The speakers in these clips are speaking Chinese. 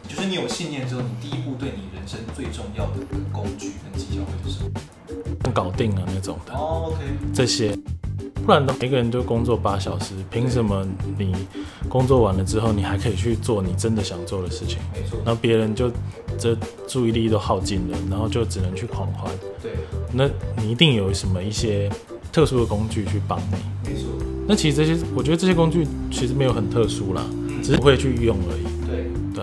就是你有信念之后，你第一步对你人生最重要的工具跟技巧会是什么？ 搞定了那种的。 OK。 这些，不然的每个人都工作8小时，凭什么你工作完了之后，你还可以去做你真的想做的事情？ 没错。 然后别人就这注意力都耗尽了，然后就只能去狂欢。 对。 那你一定有什么一些特殊的工具去帮你？ 没错。 那其实这些，我觉得这些工具其实没有很特殊啦，只是不会去用而已。 对。 对。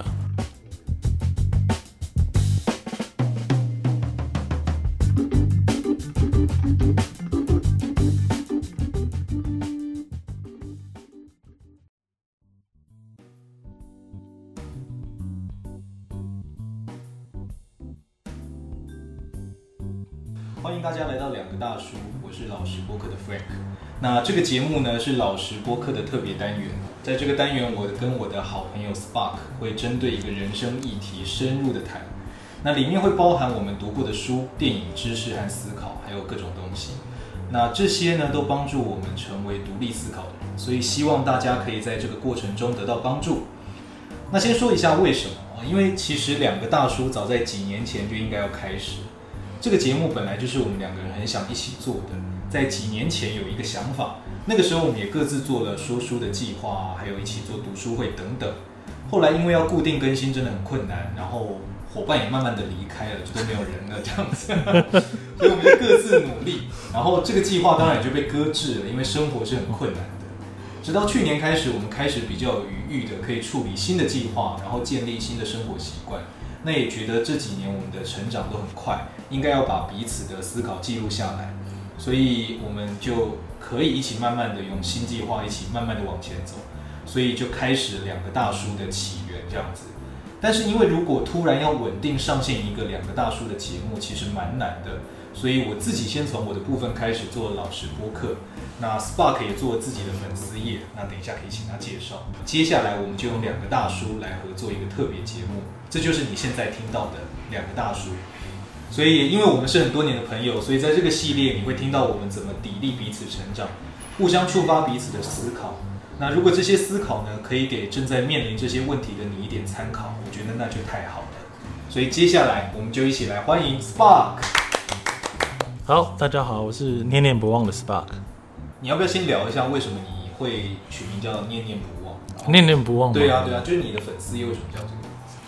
欢迎大家来到两个大叔，我是老实播客的 Frank。那这个节目呢是老实播客的特别单元，在这个单元我跟我的好朋友 Spark 会针对一个人生议题深入的谈，那里面会包含我们读过的书、电影、知识和思考，还有各种东西。那这些呢都帮助我们成为独立思考的人，所以希望大家可以在这个过程中得到帮助。那先说一下为什么，因为其实两个大叔早在几年前就应该要开始。这个节目本来就是我们两个人很想一起做的，在几年前有一个想法，那个时候我们也各自做了说书的计划，还有一起做读书会等等。后来因为要固定更新真的很困难，然后伙伴也慢慢的离开了，就都没有人了这样子，所以我们就各自努力，然后这个计划当然也就被搁置了，因为生活是很困难的。直到去年开始，我们开始比较有余裕的可以处理新的计划，然后建立新的生活习惯。那也觉得这几年我们的成长都很快，应该要把彼此的思考记录下来，所以我们就可以一起慢慢的用新计划一起慢慢的往前走，所以就开始两个大叔的起源这样子。但是因为如果突然要稳定上线一个两个大叔的节目，其实蛮难的，所以我自己先从我的部分开始做老实播客，那 Spark 也做了自己的粉丝页，那等一下可以请他介绍。接下来我们就用两个大叔来合作一个特别节目，这就是你现在听到的两个大叔。所以因为我们是很多年的朋友，所以在这个系列你会听到我们怎么砥砺彼此成长，互相触发彼此的思考。那如果这些思考呢，可以给正在面临这些问题的你一点参考，我觉得那就太好了。所以接下来我们就一起来欢迎 Spark。 好，大家好，我是念念不忘的 Spark。 你要不要先聊一下为什么你会取名叫念念不忘？ 念念不忘吗？ 对啊，就是你的粉丝页为什么叫这个？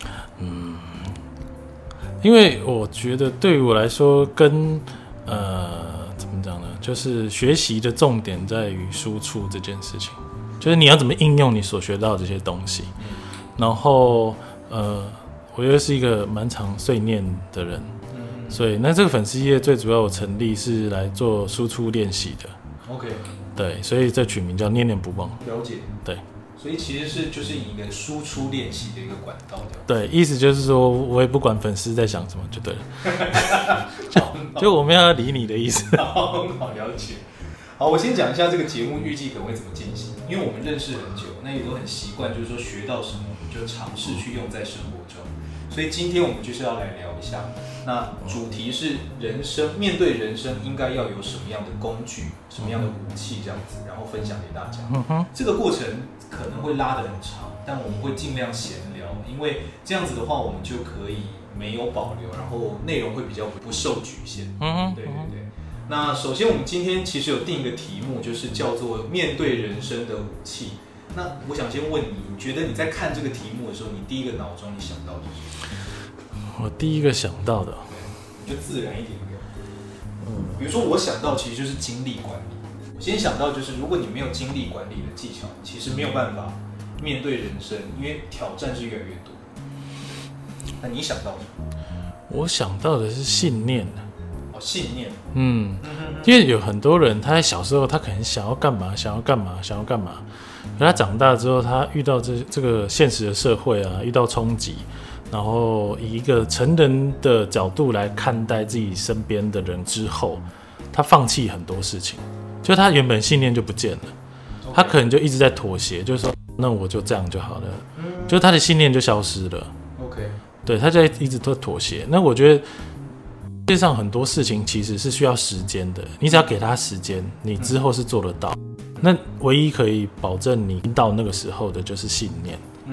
因为我觉得对于我来说，跟怎么讲呢，就是学习的重点在于输出这件事情，就是你要怎么应用你所学到的这些东西。然后我又是一个蛮常碎念的人，所以那这个粉丝页最主要我成立是来做输出练习的。 OK。 对，所以这取名叫念念不忘。 了解。 对。 所以其实就是一个输出练习的一个管道。 对，意思就是说我也不管粉丝在想什么就对了，就我没有要理你的意思。 好了解。好，我先讲一下这个节目预计可能会怎么进行，因为我们认识很久，那也都很习惯，就是说学到什么我们就尝试去用在生活中。所以今天我们就是要来聊一下，那主题是人生，面对人生应该要有什么样的工具、什么样的武器这样子，然后分享给大家。这个过程可能会拉得很长，但我们会尽量闲聊，因为这样子的话，我们就可以没有保留，然后内容会比较不受局限。对。那首先我们今天其实有定一个题目，就是叫做面对人生的武器。那我想先问你，你觉得你在看这个题目的时候，你第一个脑中你想到的是什么？ 我第一个想到的， 你就自然一点。比如说我想到其实就是精力管理。我先想到就是如果你没有精力管理的技巧，其实没有办法面对人生，因为挑战是越来越多。那你想到什么？ 我想到的是信念。 信念。 因为有很多人他在小时候他可能想要干嘛，可他长大之后他遇到这个现实的社会啊，遇到冲击，然后以一个成人的角度来看待自己身边的人之后，他放弃很多事情，就他原本信念就不见了，他可能就一直在妥协，就是说那我就这样就好了，就他的信念就消失了。对，他在一直都妥协。那我觉得世界上很多事情其实是需要时间的，你只要给他时间，你之后是做得到。那唯一可以保证你到那个时候的就是信念。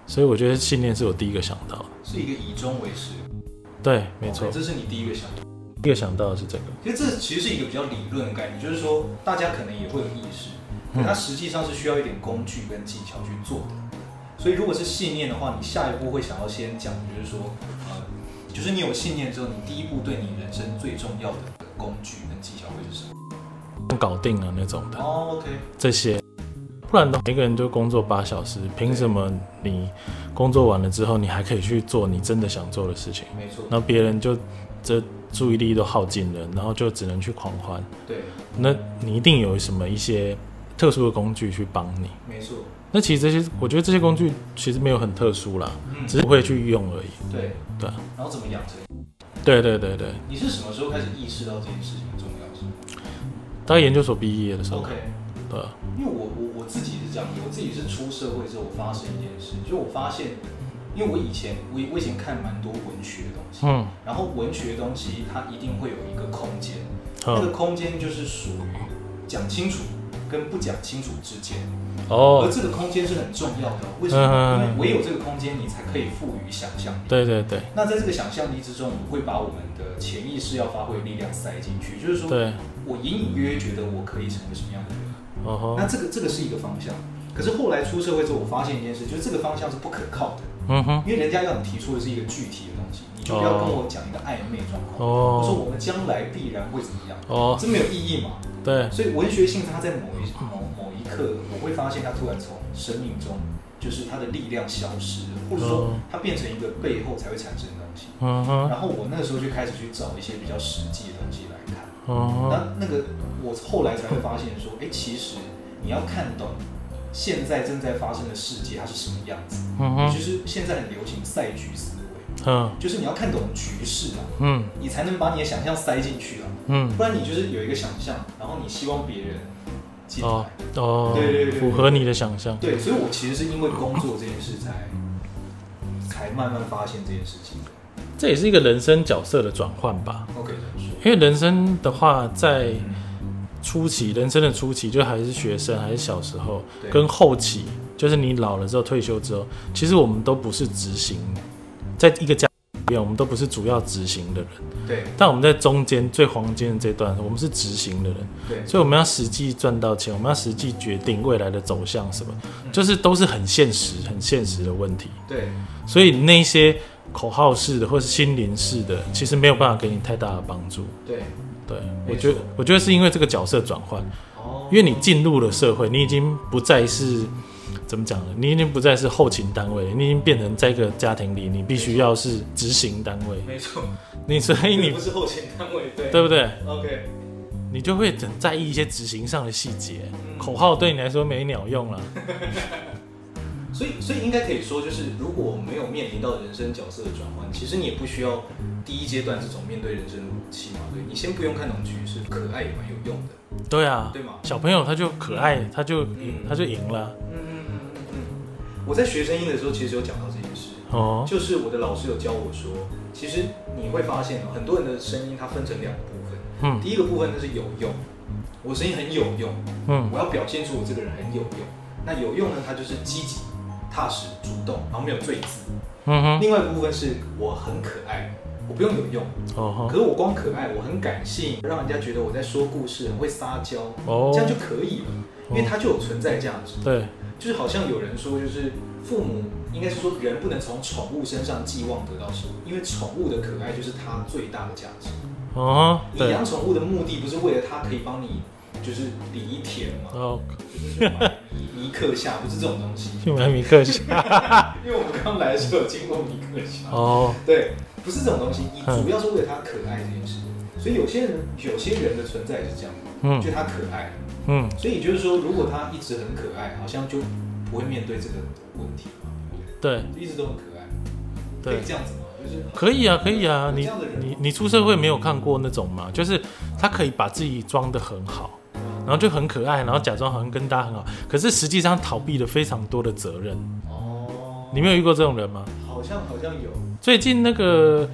所以我觉得信念是我第一个想到的， 是一个以终为始。 对，没错， 这是你第一个想到。 第一个想到的是这个。 其实这其实是一个比较理论的概念，就是说大家可能也会有意识，可它实际上是需要一点工具跟技巧去做的。所以如果是信念的话，你下一步会想要先讲，就是说，就是你有信念之后，你第一步对你人生最重要的工具跟技巧会是什么？ 搞定了那种的。 OK。 这些，不然的话，每个人都工作8小时，凭什么你工作完了之后，你还可以去做你真的想做的事情？ 没错。 然后别人就这注意力都耗尽了，然后就只能去狂欢。 对。 那你一定有什么一些特殊的工具去帮你？ 没错。 那其实这些，我觉得这些工具其实没有很特殊啦，只是不会去用而已。 对。 对。 然后怎么养成？ 对。 你是什么时候开始意识到这件事情的重要性？ 大概研究所毕业的时候。 OK。对。因为我自己是这样，我自己是出社会之后，我发生一件事，就我发现，因为我以前看蛮多文学的东西，然后文学的东西它一定会有一个空间，那个空间就是属于讲清楚跟不讲清楚之间。而这个空间是很重要的，为什么？因为唯有这个空间，你才可以赋予想象力。 对。 那在这个想象力之中，我们会把我们的潜意识要发挥的力量塞进去，就是说，我隐隐约约觉得我可以成为什么样的人。那这个是一个方向。可是后来出社会之后，我发现一件事，就是这个方向是不可靠的。因为人家要你提出的是一个具体的东西，你就不要跟我讲一个暧昧状况。我说我们将来必然会怎么样？这没有意义嘛？ 对。所以文学性它在某一刻，我会发现它突然从生命中，就是它的力量消失了，或者说它变成一个背后才会产生的东西。然后我那个时候就开始去找一些比较实际的东西来看。那个我后来才会发现说，其实你要看懂现在正在发生的世界它是什么样子。就是现在很流行赛局思维。就是你要看懂局势啊。你才能把你的想象塞进去啊。不然你就是有一个想象，然后你希望别人进来。对， 符合你的想象。 对，所以我其实是因为工作这件事才慢慢发现这件事情。 这也是一个人生角色的转换吧。 OK， 因为人生的话，在初期，人生的初期就还是学生，还是小时候，跟后期就是你老了之后退休之后，其实我们都不是执行，在一个家里面，我们都不是主要执行的人。 对。 但我们在中间最黄金的这段，我们是执行的人。 对。 所以我们要实际赚到钱，我们要实际决定未来的走向什么，就是都是很现实的问题。 对。 所以那些口号式的或是心灵式的，其实没有办法给你太大的帮助。 对。 我觉得是因为这个角色转换，因为你进入了社会，你已经不再是怎么讲了？你已经不再是后勤单位，你已经变成在一个家庭里，你必须要是执行单位。 没错。 所以你不是后勤单位， 对不对 ？OK。 你就会很在意一些执行上的细节，口号对你来说没鸟用了。 所以应该可以说，就是如果没有面临到人生角色的转换，其实你也不需要第一阶段这种面对人生的武器嘛。对，你先不用看懂局势，可爱也蛮有用的。 对啊， 对吗？ 小朋友他就可爱，他就赢了。 我在学声音的时候，其实有讲到这件事。就是我的老师有教我说，其实你会发现很多人的声音它分成2个部分。第一个部分就是有用，我声音很有用。我要表现出我这个人很有用。那有用呢，它就是积极、踏实、主动，然后没有赘字。另外一个部分是我很可爱，我不用有用，可是我光可爱，我很感性，让人家觉得我在说故事，很会撒娇，这样就可以了，因为它就有存在价值。 对， 就是好像有人说，就是父母应该是说人不能从宠物身上寄望得到什么，因为宠物的可爱就是它最大的价值。你养宠物的目的不是为了它可以帮你就是理一田嘛，就是买米克夏，不是这种东西。 去买米克夏， 因为我们刚来的时候有经过米克夏。对，不是这种东西，你主要是为了它可爱这件事。所以有些人的存在是这样，就它可爱。所以就是说，如果它一直很可爱，好像就不会面对这个问题嘛，对不对？一直都很可爱，可以这样子吗？ 可以啊，可以啊。你出社会没有看过那种吗？就是他可以把自己装得很好，然后就很可爱，然后假装好像跟大家很好，可是实际上逃避了非常多的责任。你没有遇过这种人吗？ 好像有。 最近那个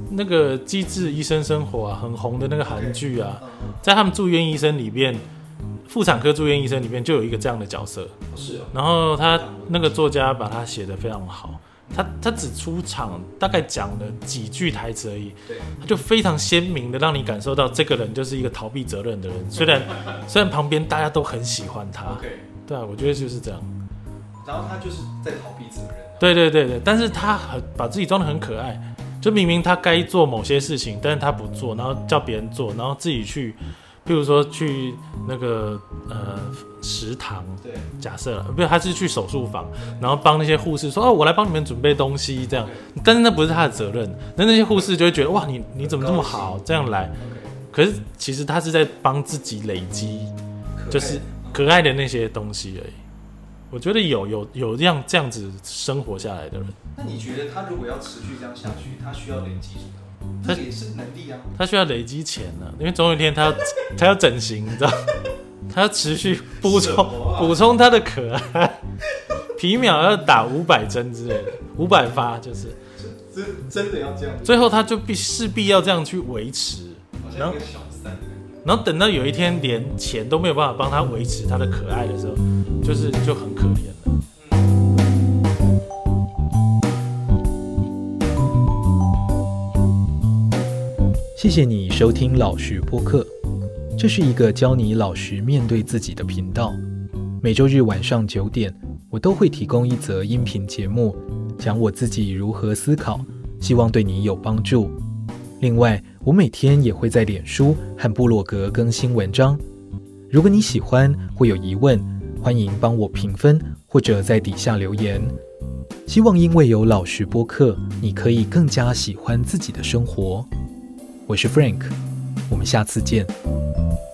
《机智医生生活》啊，很红的那个韩剧啊，在他们住院医生里面， 妇产科住院医生里面就有一个这样的角色， 是哦。 然后他那个作家把他写得非常好，他只出场大概讲了几句台词而已，他就非常鲜明的让你感受到这个人就是一个逃避责任的人，虽然旁边大家都很喜欢他，对啊，我觉得就是这样。 然后他就是在逃避责任。 对，但是他把自己装得很可爱，就明明他该做某些事情，但是他不做，然后叫别人做，然后自己去。譬如说去那个食堂，假设了，不是，他是去手术房，然后帮那些护士说我来帮你们准备东西这样，但是那不是他的责任，那些护士就会觉得哇你怎么这么好这样来，可是其实他是在帮自己累积，就是可爱的那些东西而已。我觉得有这样子生活下来的人。 那你觉得他如果要持续这样下去，他需要累积什么？这也是能力啊， 他需要累积钱啊，因为总有一天他要整形，你知道，他要持续补充他的可爱，皮秒要打500针之类的，500发就是真的要这样， 最后他就势必要这样去维持， 然后小三， 然后等到有一天连钱都没有办法帮他维持他的可爱的时候，就很可怜了。 谢谢你收听老实播客，这是一个教你老实面对自己的频道。每周日晚上9点，我都会提供一则音频节目，讲我自己如何思考，希望对你有帮助。另外，我每天也会在脸书和部落格更新文章。如果你喜欢或有疑问，欢迎帮我评分或者在底下留言。希望因为有老实播客，你可以更加喜欢自己的生活。我是 Frank， 我们下次见。